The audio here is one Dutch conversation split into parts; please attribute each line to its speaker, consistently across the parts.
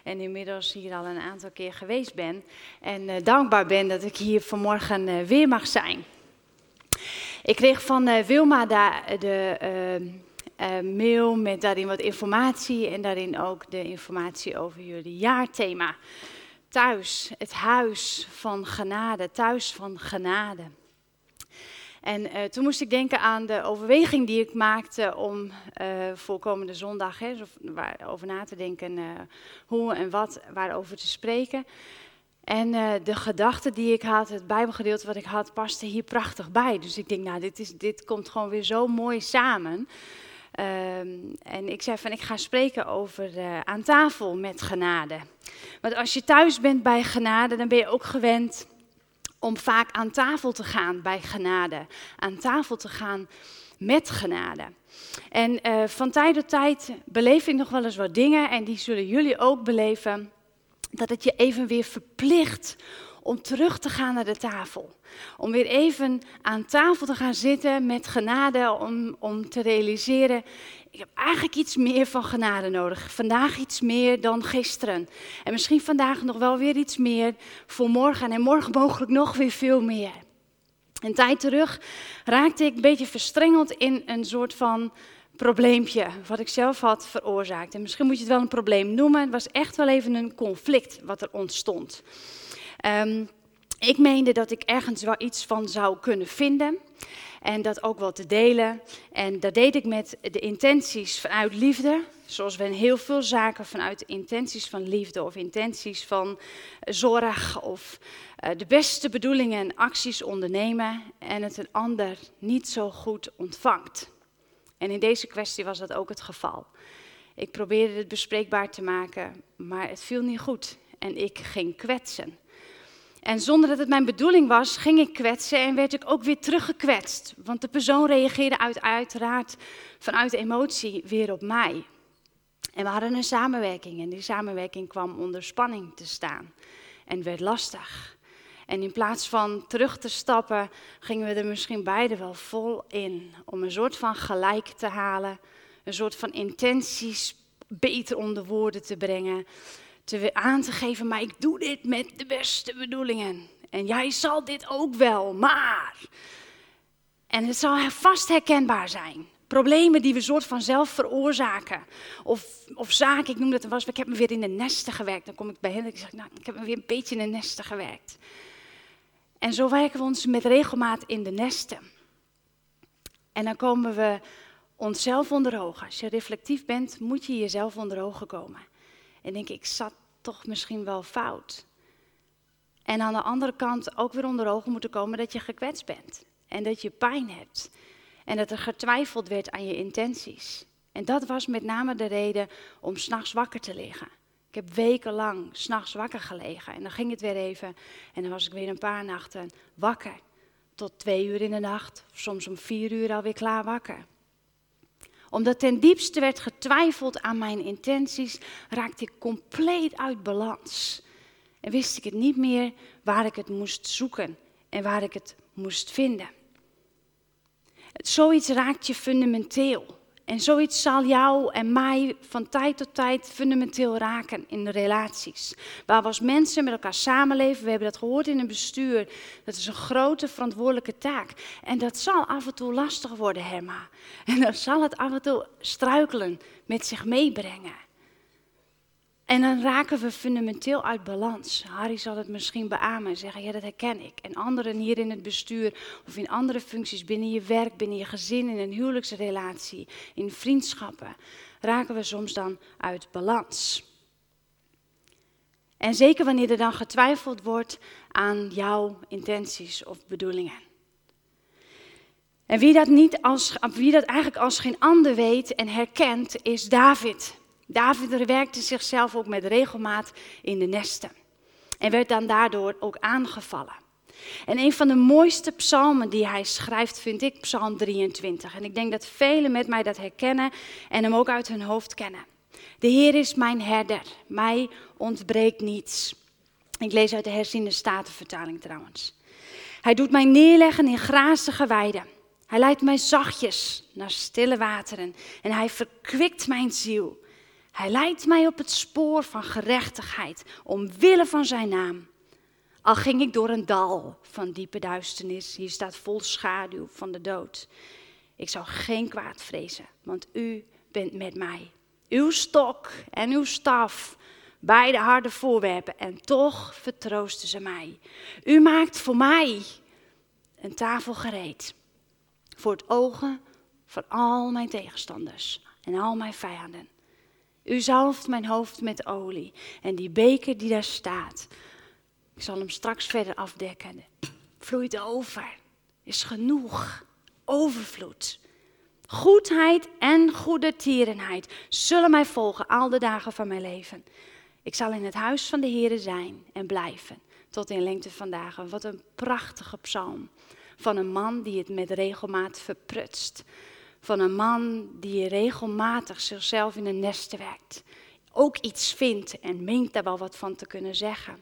Speaker 1: En inmiddels hier al een aantal keer geweest ben. En dankbaar ben dat ik hier vanmorgen weer mag zijn. Ik kreeg van Wilma de mail met daarin wat informatie. En daarin ook de informatie over jullie jaarthema. Thuis, het huis van genade, thuis van genade. En toen moest ik denken aan de overweging die ik maakte om voor komende zondag over na te denken hoe en wat waarover te spreken. En de gedachte die ik had, het Bijbelgedeelte wat ik had, paste hier prachtig bij. Dus ik denk, nou, dit komt gewoon weer zo mooi samen. En ik zei van, ik ga spreken over aan tafel met genade. Want als je thuis bent bij genade, dan ben je ook gewend om vaak aan tafel te gaan bij genade. Aan tafel te gaan met genade. En van tijd tot tijd beleef ik nog wel eens wat dingen. En die zullen jullie ook beleven. Dat het je even weer verplicht om terug te gaan naar de tafel. Om weer even aan tafel te gaan zitten met genade. Om te realiseren, ik heb eigenlijk iets meer van genade nodig. Vandaag iets meer dan gisteren. En misschien vandaag nog wel weer iets meer voor morgen. En morgen mogelijk nog weer veel meer. Een tijd terug raakte ik een beetje verstrengeld in een soort van probleempje. Wat ik zelf had veroorzaakt. En misschien moet je het wel een probleem noemen. Het was echt wel even een conflict wat er ontstond. Ik meende dat ik ergens wel iets van zou kunnen vinden. En dat ook wel te delen. En dat deed ik met de intenties vanuit liefde. Zoals we in heel veel zaken vanuit de intenties van liefde of intenties van zorg of de beste bedoelingen en acties ondernemen. En het een ander niet zo goed ontvangt. En in deze kwestie was dat ook het geval. Ik probeerde het bespreekbaar te maken, maar het viel niet goed. En ik ging kwetsen. En zonder dat het mijn bedoeling was, ging ik kwetsen en werd ik ook weer teruggekwetst. Want de persoon reageerde uiteraard vanuit emotie weer op mij. En we hadden een samenwerking en die samenwerking kwam onder spanning te staan. En werd lastig. En in plaats van terug te stappen, gingen we er misschien beide wel vol in. Om een soort van gelijk te halen, een soort van intenties beter onder woorden te brengen. Aan te geven, maar ik doe dit met de beste bedoelingen. En jij zal dit ook wel, maar. En het zal vast herkenbaar zijn. Problemen die we soort van zelf veroorzaken. Of zaken, ik noem dat ik heb me weer in de nesten gewerkt. Dan kom ik bij hen en ik zeg, nou, ik heb me weer een beetje in de nesten gewerkt. En zo werken we ons met regelmaat in de nesten. En dan komen we onszelf onder ogen. Als je reflectief bent, moet je jezelf onder ogen komen. En denk ik zat toch misschien wel fout. En aan de andere kant ook weer onder ogen moeten komen dat je gekwetst bent. En dat je pijn hebt. En dat er getwijfeld werd aan je intenties. En dat was met name de reden om 's nachts wakker te liggen. Ik heb wekenlang 's nachts wakker gelegen. En dan ging het weer even. En dan was ik weer een paar nachten wakker. Tot 2 uur in de nacht. Of soms om 4 uur alweer klaar wakker. Omdat ten diepste werd getwijfeld aan mijn intenties, raakte ik compleet uit balans. En wist ik het niet meer waar ik het moest zoeken en waar ik het moest vinden. Zoiets raakt je fundamenteel. En zoiets zal jou en mij van tijd tot tijd fundamenteel raken in de relaties. Waar we als mensen met elkaar samenleven, we hebben dat gehoord in een bestuur. Dat is een grote verantwoordelijke taak. En dat zal af en toe lastig worden, Herma. En dan zal het af en toe struikelen met zich meebrengen. En dan raken we fundamenteel uit balans. Harry zal het misschien beamen en zeggen, ja, dat herken ik. En anderen hier in het bestuur of in andere functies binnen je werk, binnen je gezin, in een huwelijksrelatie, in vriendschappen, raken we soms dan uit balans. En zeker wanneer er dan getwijfeld wordt aan jouw intenties of bedoelingen. En wie dat eigenlijk als geen ander weet en herkent, is David. David werkte zichzelf ook met regelmaat in de nesten. En werd dan daardoor ook aangevallen. En een van de mooiste psalmen die hij schrijft vind ik Psalm 23. En ik denk dat velen met mij dat herkennen en hem ook uit hun hoofd kennen. De Heer is mijn herder, mij ontbreekt niets. Ik lees uit de herziene statenvertaling trouwens. Hij doet mij neerleggen in grazige weiden. Hij leidt mij zachtjes naar stille wateren en hij verkwikt mijn ziel. Hij leidt mij op het spoor van gerechtigheid, omwille van zijn naam. Al ging ik door een dal van diepe duisternis, hier staat vol schaduw van de dood. Ik zou geen kwaad vrezen, want u bent met mij. Uw stok en uw staf, beide harde voorwerpen, en toch vertroosten ze mij. U maakt voor mij een tafel gereed, voor het ogen van al mijn tegenstanders en al mijn vijanden. U zalft mijn hoofd met olie en die beker die daar staat, ik zal hem straks verder afdekken, vloeit over, is genoeg, overvloed. Goedheid en goedertierenheid zullen mij volgen al de dagen van mijn leven. Ik zal in het huis van de Heere zijn en blijven tot in lengte van dagen. Wat een prachtige psalm van een man die het met regelmaat verprutst. Van een man die regelmatig zichzelf in een nest werkt. Ook iets vindt en meent daar wel wat van te kunnen zeggen.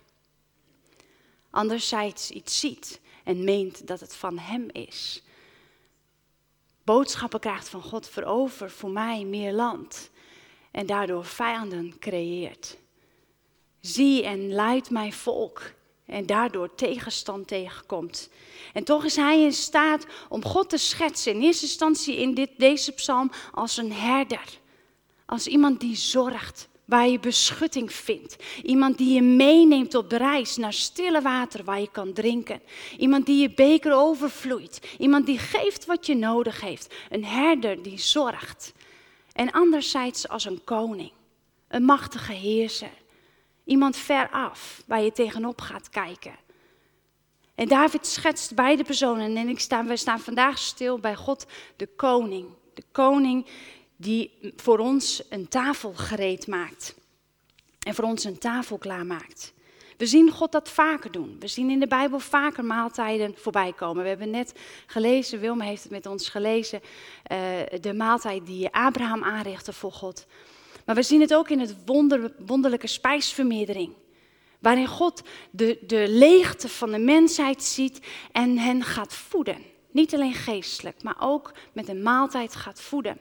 Speaker 1: Anderzijds iets ziet en meent dat het van hem is. Boodschappen krijgt van God, verover voor mij meer land. En daardoor vijanden creëert. Zie en leid mijn volk. En daardoor tegenstand tegenkomt. En toch is hij in staat om God te schetsen. In eerste instantie in deze psalm als een herder. Als iemand die zorgt. Waar je beschutting vindt. Iemand die je meeneemt op de reis naar stille water waar je kan drinken. Iemand die je beker overvloeit. Iemand die geeft wat je nodig heeft. Een herder die zorgt. En anderzijds als een koning. Een machtige heerser. Iemand veraf waar je tegenop gaat kijken. En David schetst beide personen. En we staan vandaag stil bij God de koning. De koning die voor ons een tafel gereed maakt. En voor ons een tafel klaarmaakt. We zien God dat vaker doen. We zien in de Bijbel vaker maaltijden voorbij komen. We hebben net gelezen, Wilma heeft het met ons gelezen, de maaltijd die Abraham aanrichtte voor God. Maar we zien het ook in het wonderlijke spijsvermeerdering. Waarin God de leegte van de mensheid ziet en hen gaat voeden. Niet alleen geestelijk, maar ook met een maaltijd gaat voeden.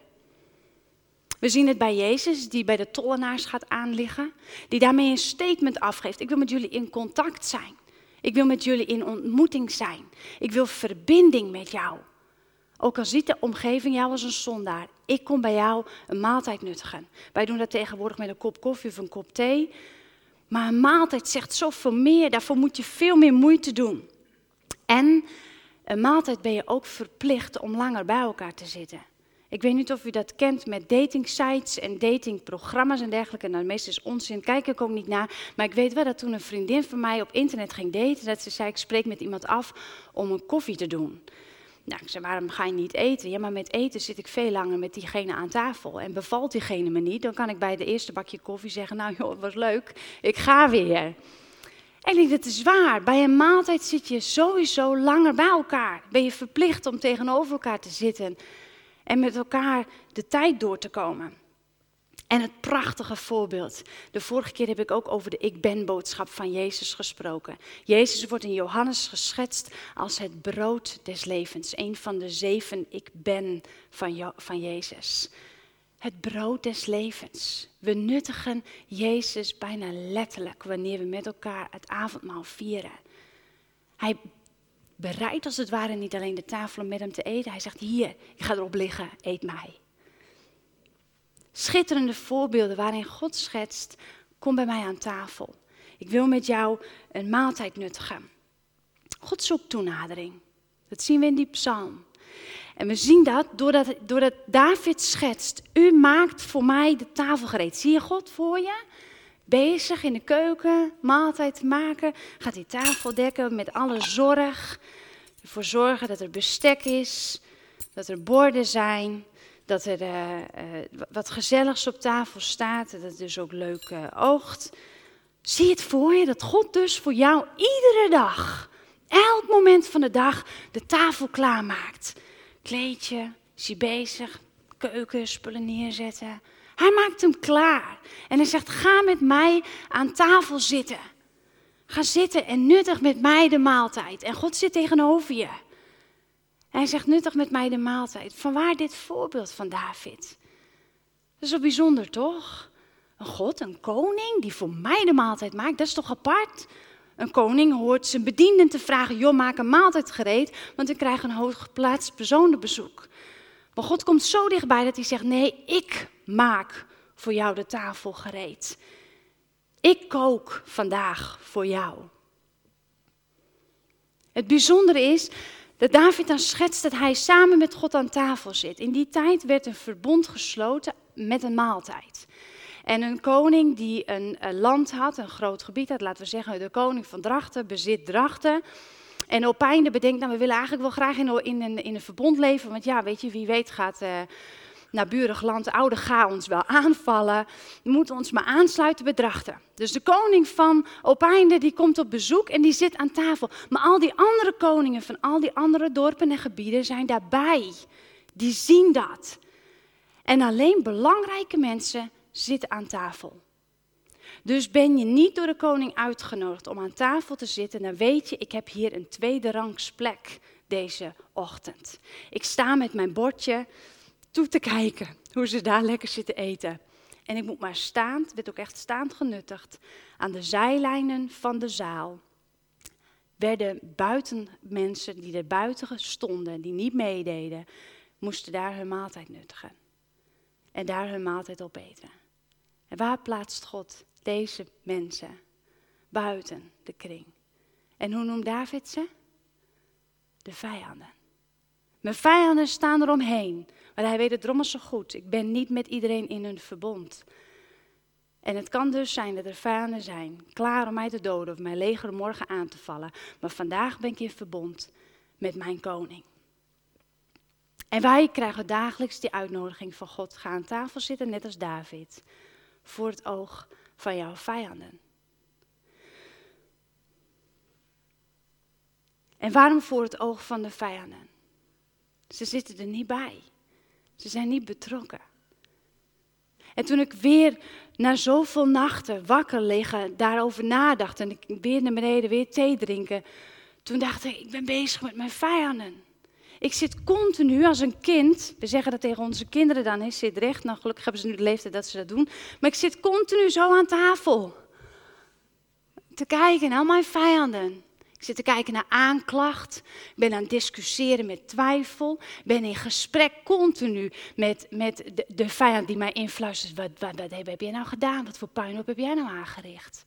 Speaker 1: We zien het bij Jezus, die bij de tollenaars gaat aanliggen. Die daarmee een statement afgeeft. Ik wil met jullie in contact zijn. Ik wil met jullie in ontmoeting zijn. Ik wil verbinding met jou. Ook al ziet de omgeving jou als een zondaar. Ik kom bij jou een maaltijd nuttigen. Wij doen dat tegenwoordig met een kop koffie of een kop thee. Maar een maaltijd zegt zoveel meer. Daarvoor moet je veel meer moeite doen. En een maaltijd ben je ook verplicht om langer bij elkaar te zitten. Ik weet niet of u dat kent met datingsites en datingprogramma's en dergelijke. Nou, de meeste is onzin, kijk ik ook niet naar. Maar ik weet wel dat toen een vriendin van mij op internet ging daten, dat ze zei, ik spreek met iemand af om een koffie te doen. Nou, ik zei, waarom ga je niet eten? Ja, maar met eten zit ik veel langer met diegene aan tafel. En bevalt diegene me niet, dan kan ik bij de eerste bakje koffie zeggen, nou joh, het was leuk, ik ga weer. En ik denk, dat is waar. Bij een maaltijd zit je sowieso langer bij elkaar. Ben je verplicht om tegenover elkaar te zitten en met elkaar de tijd door te komen. En het prachtige voorbeeld. De vorige keer heb ik ook over de ik ben boodschap van Jezus gesproken. Jezus wordt in Johannes geschetst als het brood des levens. Een van de 7 ik ben van Jezus. Het brood des levens. We nuttigen Jezus bijna letterlijk wanneer we met elkaar het avondmaal vieren. Hij bereidt als het ware niet alleen de tafel om met hem te eten. Hij zegt, hier, ik ga erop liggen, eet mij. Schitterende voorbeelden waarin God schetst, kom bij mij aan tafel. Ik wil met jou een maaltijd nuttigen. God zoekt toenadering. Dat zien we in die psalm. En we zien dat doordat David schetst, u maakt voor mij de tafel gereed. Zie je God voor je? Bezig in de keuken, maaltijd te maken. Gaat die tafel dekken met alle zorg. Ervoor zorgen dat er bestek is, dat er borden zijn. Dat er wat gezelligs op tafel staat, dat het dus ook leuk oogt. Zie het voor je, dat God dus voor jou iedere dag, elk moment van de dag, de tafel klaarmaakt. Kleedje, is hij bezig, keuken, spullen neerzetten. Hij maakt hem klaar. En hij zegt, ga met mij aan tafel zitten. Ga zitten en nuttig met mij de maaltijd. En God zit tegenover je. En hij zegt, nuttig met mij de maaltijd. Vanwaar dit voorbeeld van David? Dat is zo bijzonder, toch? Een God, een koning die voor mij de maaltijd maakt, dat is toch apart? Een koning hoort zijn bedienden te vragen, joh, maak een maaltijd gereed, want ik krijg een hooggeplaatst persoon op bezoek. Maar God komt zo dichtbij dat hij zegt, nee, ik maak voor jou de tafel gereed. Ik kook vandaag voor jou. Het bijzondere is dat David dan schetst dat hij samen met God aan tafel zit. In die tijd werd een verbond gesloten met een maaltijd. En een koning die een land had, een groot gebied had, laten we zeggen de koning van Drachten, bezit Drachten. En Opeinde bedenkt, nou we willen eigenlijk wel graag in een verbond leven, want ja, weet je, wie weet gaat naburig land Oude Ga ons wel aanvallen. We moeten ons maar aansluiten bij Drachten. Dus de koning van Opeinde die komt op bezoek en die zit aan tafel. Maar al die andere koningen van al die andere dorpen en gebieden zijn daarbij. Die zien dat. En alleen belangrijke mensen zitten aan tafel. Dus ben je niet door de koning uitgenodigd om aan tafel te zitten, dan weet je, ik heb hier een tweede rangs plek deze ochtend. Ik sta met mijn bordje toe te kijken hoe ze daar lekker zitten eten. En ik moet maar staand, werd ook echt staand genuttigd, aan de zijlijnen van de zaal. Werden buiten mensen die er buiten stonden, die niet meededen, moesten daar hun maaltijd nuttigen. En daar hun maaltijd opeten. En waar plaatst God deze mensen? Buiten de kring. En hoe noemt David ze? De vijanden. Mijn vijanden staan eromheen. Maar hij weet het drommels zo goed. Ik ben niet met iedereen in een verbond. En het kan dus zijn dat er vijanden zijn, klaar om mij te doden of mijn leger morgen aan te vallen. Maar vandaag ben ik in verbond met mijn koning. En wij krijgen dagelijks die uitnodiging van God. Ga aan tafel zitten, net als David. Voor het oog van jouw vijanden. En waarom voor het oog van de vijanden? Ze zitten er niet bij. Ze zijn niet betrokken. En toen ik weer na zoveel nachten wakker liggen, daarover nadacht en ik weer naar beneden, weer thee drinken. Toen dacht ik ben bezig met mijn vijanden. Ik zit continu als een kind, we zeggen dat tegen onze kinderen dan, hè, zit recht. Nou, gelukkig hebben ze nu de leeftijd dat ze dat doen. Maar ik zit continu zo aan tafel. Te kijken naar mijn vijanden. Ik zit te kijken naar aanklacht. Ik ben aan het discussiëren met twijfel. Ik ben in gesprek continu met de vijand die mij influistert. Wat heb jij nou gedaan? Wat voor puinhoop heb jij nou aangericht?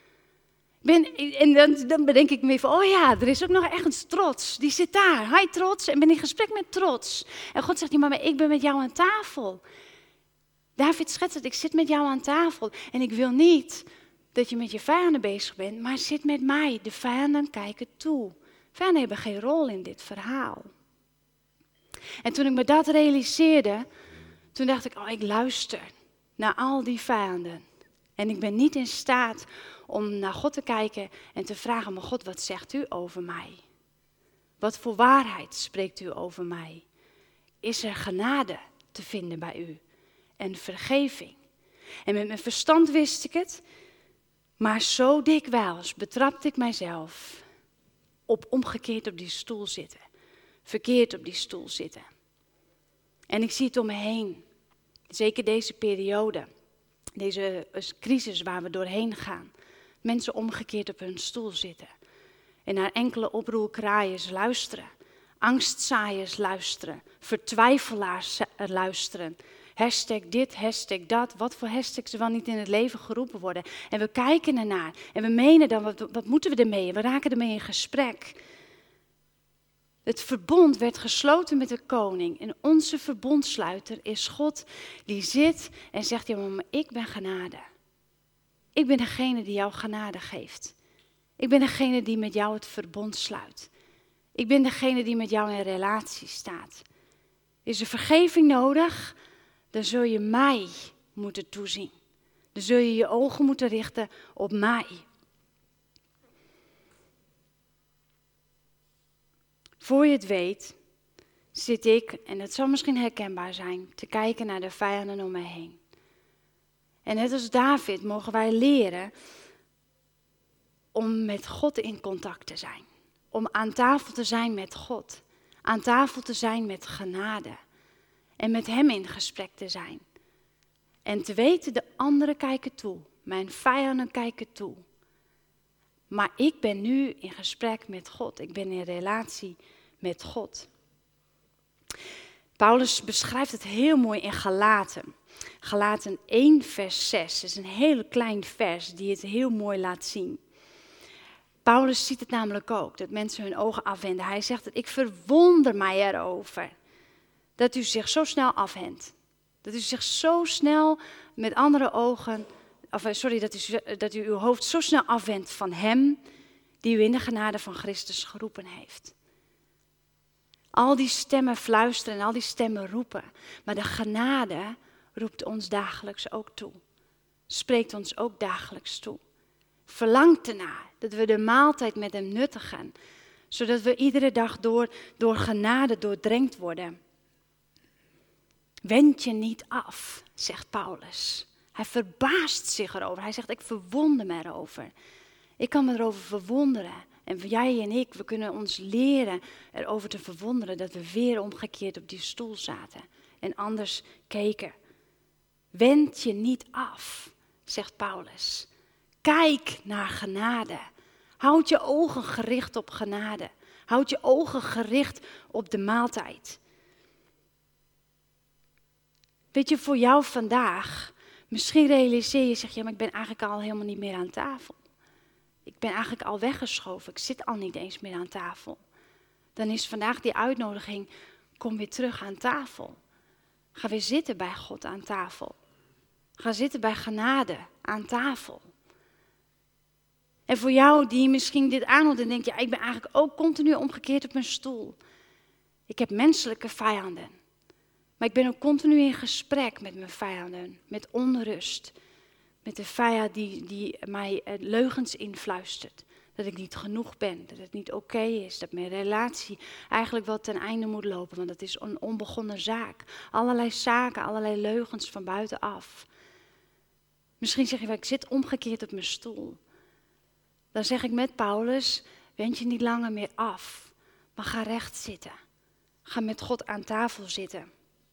Speaker 1: Dan bedenk ik me van, oh ja, er is ook nog ergens trots. Die zit daar, hi trots, en ben in gesprek met trots. En God zegt, ja, maar ik ben met jou aan tafel. David schetst het, ik zit met jou aan tafel. En ik wil niet dat je met je vijanden bezig bent, maar zit met mij. De vijanden kijken toe. Vijanden hebben geen rol in dit verhaal. En toen ik me dat realiseerde, toen dacht ik, oh, ik luister naar al die vijanden. En ik ben niet in staat om naar God te kijken en te vragen, maar God, wat zegt u over mij? Wat voor waarheid spreekt u over mij? Is er genade te vinden bij u? En vergeving? En met mijn verstand wist ik het, maar zo dikwijls betrapte ik mijzelf op omgekeerd op die stoel zitten. Verkeerd op die stoel zitten. En ik zie het om me heen. Zeker deze periode. Deze crisis waar we doorheen gaan. Mensen omgekeerd op hun stoel zitten. En naar enkele oproerkraaiers luisteren. Angstzaaiers luisteren. Vertwijfelaars luisteren. Hashtag dit, hashtag dat. Wat voor hashtags er wel niet in het leven geroepen worden. En we kijken ernaar. En we menen dan, wat moeten we ermee? En we raken ermee in gesprek. Het verbond werd gesloten met de koning. En onze verbondsluiter is God die zit en zegt, ja, maar ik ben genade. Ik ben degene die jou genade geeft. Ik ben degene die met jou het verbond sluit. Ik ben degene die met jou in relatie staat. Is er vergeving nodig? Dan zul je mij moeten toezien. Dan zul je je ogen moeten richten op mij. Voor je het weet, zit ik, en dat zal misschien herkenbaar zijn, te kijken naar de vijanden om me heen. En net als David mogen wij leren om met God in contact te zijn. Om aan tafel te zijn met God. Aan tafel te zijn met genade. En met hem in gesprek te zijn. En te weten, de anderen kijken toe. Mijn vijanden kijken toe. Maar ik ben nu in gesprek met God. Ik ben in relatie met God. Paulus beschrijft het heel mooi in Galaten. Galaten 1 vers 6. Dat is een heel klein vers die het heel mooi laat zien. Paulus ziet het namelijk ook, dat mensen hun ogen afwenden. Hij zegt, ik verwonder mij erover dat u zich zo snel afwendt. Dat u zich zo snel met andere ogen, dat u uw hoofd zo snel afwendt van hem die u in de genade van Christus geroepen heeft. Al die stemmen fluisteren en al die stemmen roepen. Maar de genade roept ons dagelijks ook toe. Spreekt ons ook dagelijks toe. Verlangt ernaar dat we de maaltijd met hem nuttigen. Zodat we iedere dag door genade doordrenkt worden. Wend je niet af, zegt Paulus. Hij verbaast zich erover. Hij zegt, ik verwonder me erover. Ik kan me erover verwonderen. En jij en ik, we kunnen ons leren erover te verwonderen dat we weer omgekeerd op die stoel zaten. En anders keken. Wend je niet af, zegt Paulus. Kijk naar genade. Houd je ogen gericht op genade. Houd je ogen gericht op de maaltijd. Weet je, voor jou vandaag, misschien realiseer je zich, ja, maar ik ben eigenlijk al helemaal niet meer aan tafel. Ik ben eigenlijk al weggeschoven, ik zit al niet eens meer aan tafel. Dan is vandaag die uitnodiging, kom weer terug aan tafel. Ga weer zitten bij God aan tafel. Ga zitten bij genade aan tafel. En voor jou die misschien dit aanhoort en denkt, ja, ik ben eigenlijk ook continu omgekeerd op mijn stoel. Ik heb menselijke vijanden. Maar ik ben ook continu in gesprek met mijn vijanden, met onrust. Met de vijand die mij leugens influistert. Dat ik niet genoeg ben, dat het niet oké is, dat mijn relatie eigenlijk wel ten einde moet lopen. Want dat is een onbegonnen zaak. Allerlei zaken, allerlei leugens van buitenaf. Misschien zeg je wel, ik zit omgekeerd op mijn stoel. Dan zeg ik met Paulus, wend je niet langer meer af, maar ga recht zitten. Ga met God aan tafel zitten.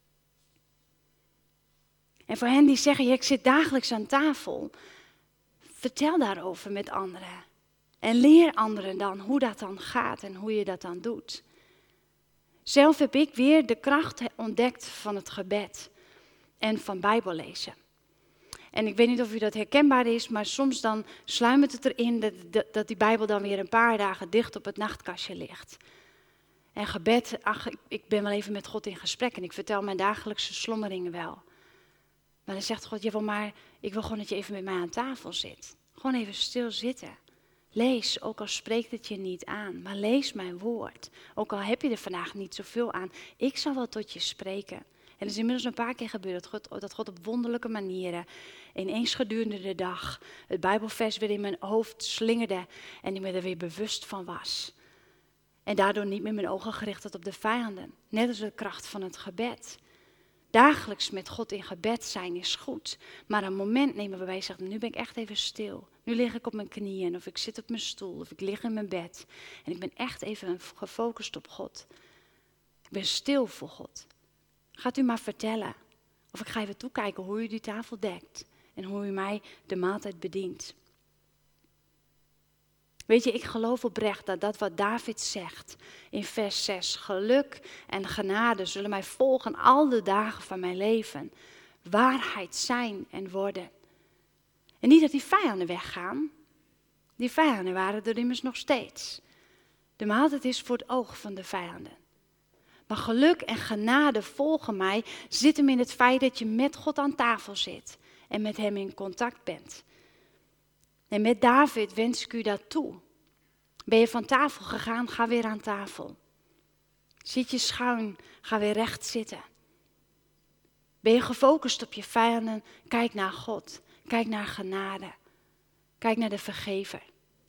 Speaker 1: En voor hen die zeggen, ja, ik zit dagelijks aan tafel, vertel daarover met anderen. En leer anderen dan hoe dat dan gaat en hoe je dat dan doet. Zelf heb ik weer de kracht ontdekt van het gebed en van Bijbellezen. En ik weet niet of u dat herkenbaar is, maar soms dan sluimert het erin dat die Bijbel dan weer een paar dagen dicht op het nachtkastje ligt. En gebed, ik ben wel even met God in gesprek en ik vertel mijn dagelijkse slommeringen wel. Maar dan zegt God, ja, maar ik wil gewoon dat je even met mij aan tafel zit. Gewoon even stil zitten. Lees, ook al spreekt het je niet aan, maar lees mijn woord. Ook al heb je er vandaag niet zoveel aan, ik zal wel tot je spreken. En het is inmiddels een paar keer gebeurd dat God op wonderlijke manieren ineens gedurende de dag het Bijbelvers weer in mijn hoofd slingerde en ik me er weer bewust van was. En daardoor niet meer mijn ogen gericht had op de vijanden. Net als de kracht van het gebed. Dagelijks met God in gebed zijn is goed. Maar een moment nemen waarbij je zegt, nu ben ik echt even stil. Nu lig ik op mijn knieën of ik zit op mijn stoel of ik lig in mijn bed. En ik ben echt even gefocust op God. Ik ben stil voor God. Gaat u maar vertellen. Of ik ga even toekijken hoe u die tafel dekt. En hoe u mij de maaltijd bedient. Weet je, ik geloof oprecht dat wat David zegt in vers 6. Geluk en genade zullen mij volgen al de dagen van mijn leven. Waarheid zijn en worden. En niet dat die vijanden weggaan. Die vijanden waren er immers nog steeds. De maaltijd is voor het oog van de vijanden. Maar geluk en genade volgen mij zit hem in het feit dat je met God aan tafel zit. En met hem in contact bent. En met David wens ik u dat toe. Ben je van tafel gegaan, ga weer aan tafel. Zit je schuin, ga weer recht zitten. Ben je gefocust op je vijanden, kijk naar God. Kijk naar genade. Kijk naar de vergever.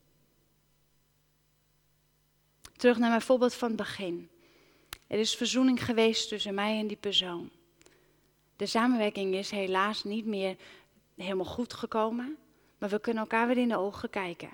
Speaker 1: Terug naar mijn voorbeeld van het begin. Er is verzoening geweest tussen mij en die persoon. De samenwerking is helaas niet meer helemaal goed gekomen. Maar we kunnen elkaar weer in de ogen kijken.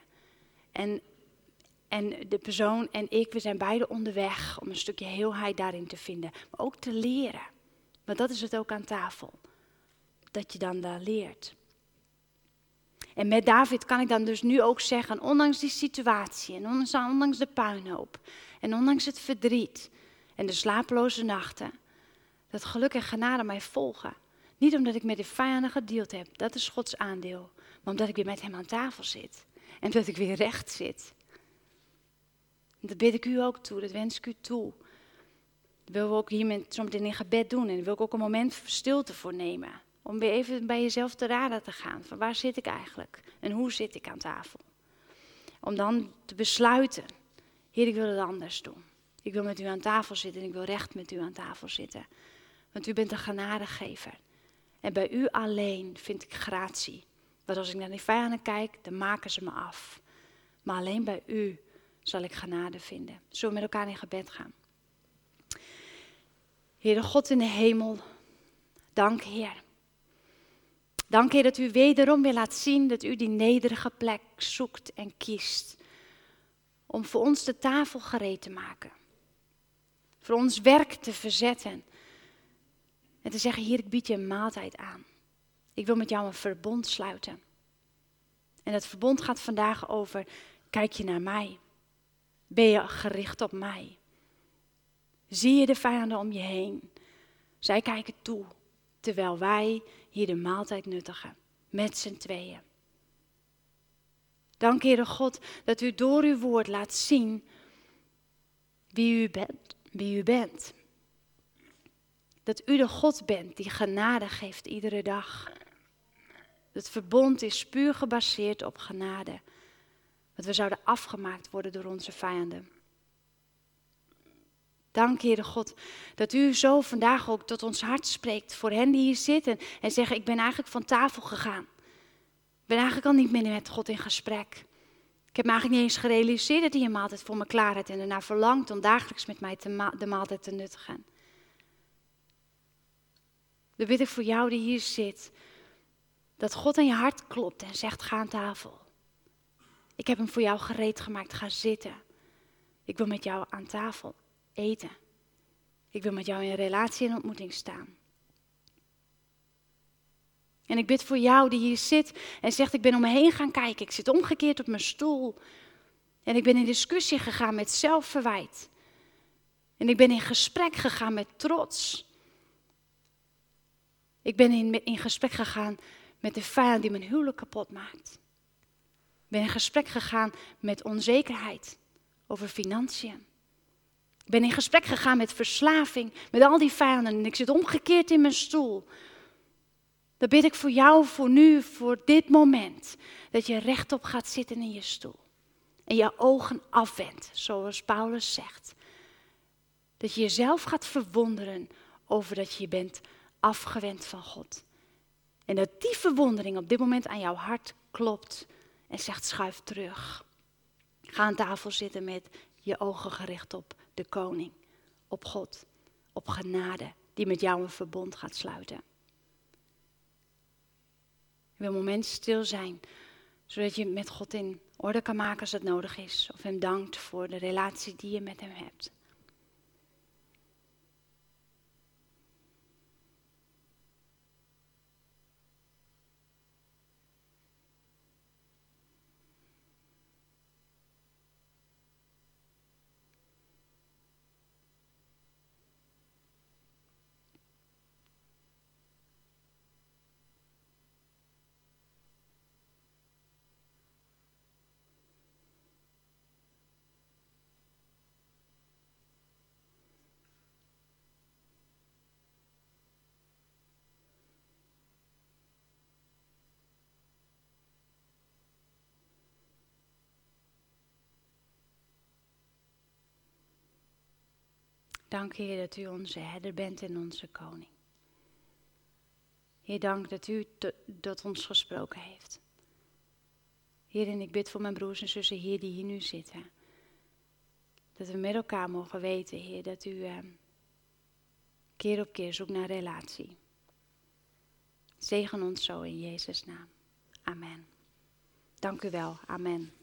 Speaker 1: En de persoon en ik, we zijn beide onderweg om een stukje heelheid daarin te vinden. Maar ook te leren. Want dat is het ook aan tafel. dat je dan daar leert. En met David kan ik dan dus nu ook zeggen, ondanks die situatie en ondanks de puinhoop en ondanks het verdriet en de slapeloze nachten, dat geluk en genade mij volgen. Niet omdat ik met de vijanden gedeeld heb, dat is Gods aandeel, maar omdat ik weer met hem aan tafel zit en dat ik weer recht zit. En dat bid ik u ook toe, dat wens ik u toe. Dat willen we ook hier zometeen in gebed doen en daar wil ik ook een moment stilte voor nemen. Om weer even bij jezelf te raden te gaan. Van waar zit ik eigenlijk? En hoe zit ik aan tafel? Om dan te besluiten. Heer, ik wil het anders doen. Ik wil met u aan tafel zitten en ik wil recht met u aan tafel zitten. Want u bent een genadegever. En bij u alleen vind ik gratie. Want als ik naar die vijanden kijk, dan maken ze me af. Maar alleen bij u zal ik genade vinden. Zullen we met elkaar in gebed gaan? Heere God in de hemel, dank Heer. Dank Heer dat u wederom weer laat zien dat u die nederige plek zoekt en kiest. Om voor ons de tafel gereed te maken. Voor ons werk te verzetten. En te zeggen, Heer, ik bied je een maaltijd aan. Ik wil met jou een verbond sluiten. En dat verbond gaat vandaag over, kijk je naar mij? Ben je gericht op mij? Zie je de vijanden om je heen? Zij kijken toe, terwijl wij hier de maaltijd nuttigen, met z'n tweeën. Dank Heere God dat u door uw woord laat zien wie u bent. Dat u de God bent die genade geeft iedere dag. Het verbond is puur gebaseerd op genade. Dat we zouden afgemaakt worden door onze vijanden. Dank Heere God dat u zo vandaag ook tot ons hart spreekt voor hen die hier zitten en zeggen, ik ben eigenlijk van tafel gegaan. Ik ben eigenlijk al niet meer met God in gesprek. Ik heb me eigenlijk niet eens gerealiseerd dat hij een maaltijd voor me klaar had en ernaar verlangt om dagelijks met mij de maaltijd te nuttigen. Dan bid ik voor jou die hier zit, dat God aan je hart klopt en zegt, ga aan tafel. Ik heb hem voor jou gereed gemaakt, ga zitten. Ik wil met jou aan tafel eten. Ik wil met jou in relatie en ontmoeting staan. En ik bid voor jou die hier zit en zegt, ik ben om me heen gaan kijken. Ik zit omgekeerd op mijn stoel. En ik ben in discussie gegaan met zelfverwijt. En ik ben in gesprek gegaan met trots. Ik ben in gesprek gegaan met de vijand die mijn huwelijk kapot maakt. Ik ben in gesprek gegaan met onzekerheid over financiën. Ik ben in gesprek gegaan met verslaving, met al die vijanden. En ik zit omgekeerd in mijn stoel. Dan bid ik voor jou, voor nu, voor dit moment. Dat je rechtop gaat zitten in je stoel. En je ogen afwendt, zoals Paulus zegt. Dat je jezelf gaat verwonderen over dat je bent afgewend van God. En dat die verwondering op dit moment aan jouw hart klopt. En zegt, schuif terug. Ga aan tafel zitten met je ogen gericht op de koning. Op God. Op genade. Die met jou een verbond gaat sluiten. Ik wil een moment stil zijn. Zodat je met God in orde kan maken als dat nodig is. Of hem dankt voor de relatie die je met hem hebt. Dank Heer dat u onze herder bent en onze koning. Heer, dank dat u tot ons gesproken heeft. Heer, en ik bid voor mijn broers en zussen hier die hier nu zitten. Dat we met elkaar mogen weten, Heer, dat u keer op keer zoekt naar relatie. Zegen ons zo in Jezus' naam. Amen. Dank u wel. Amen.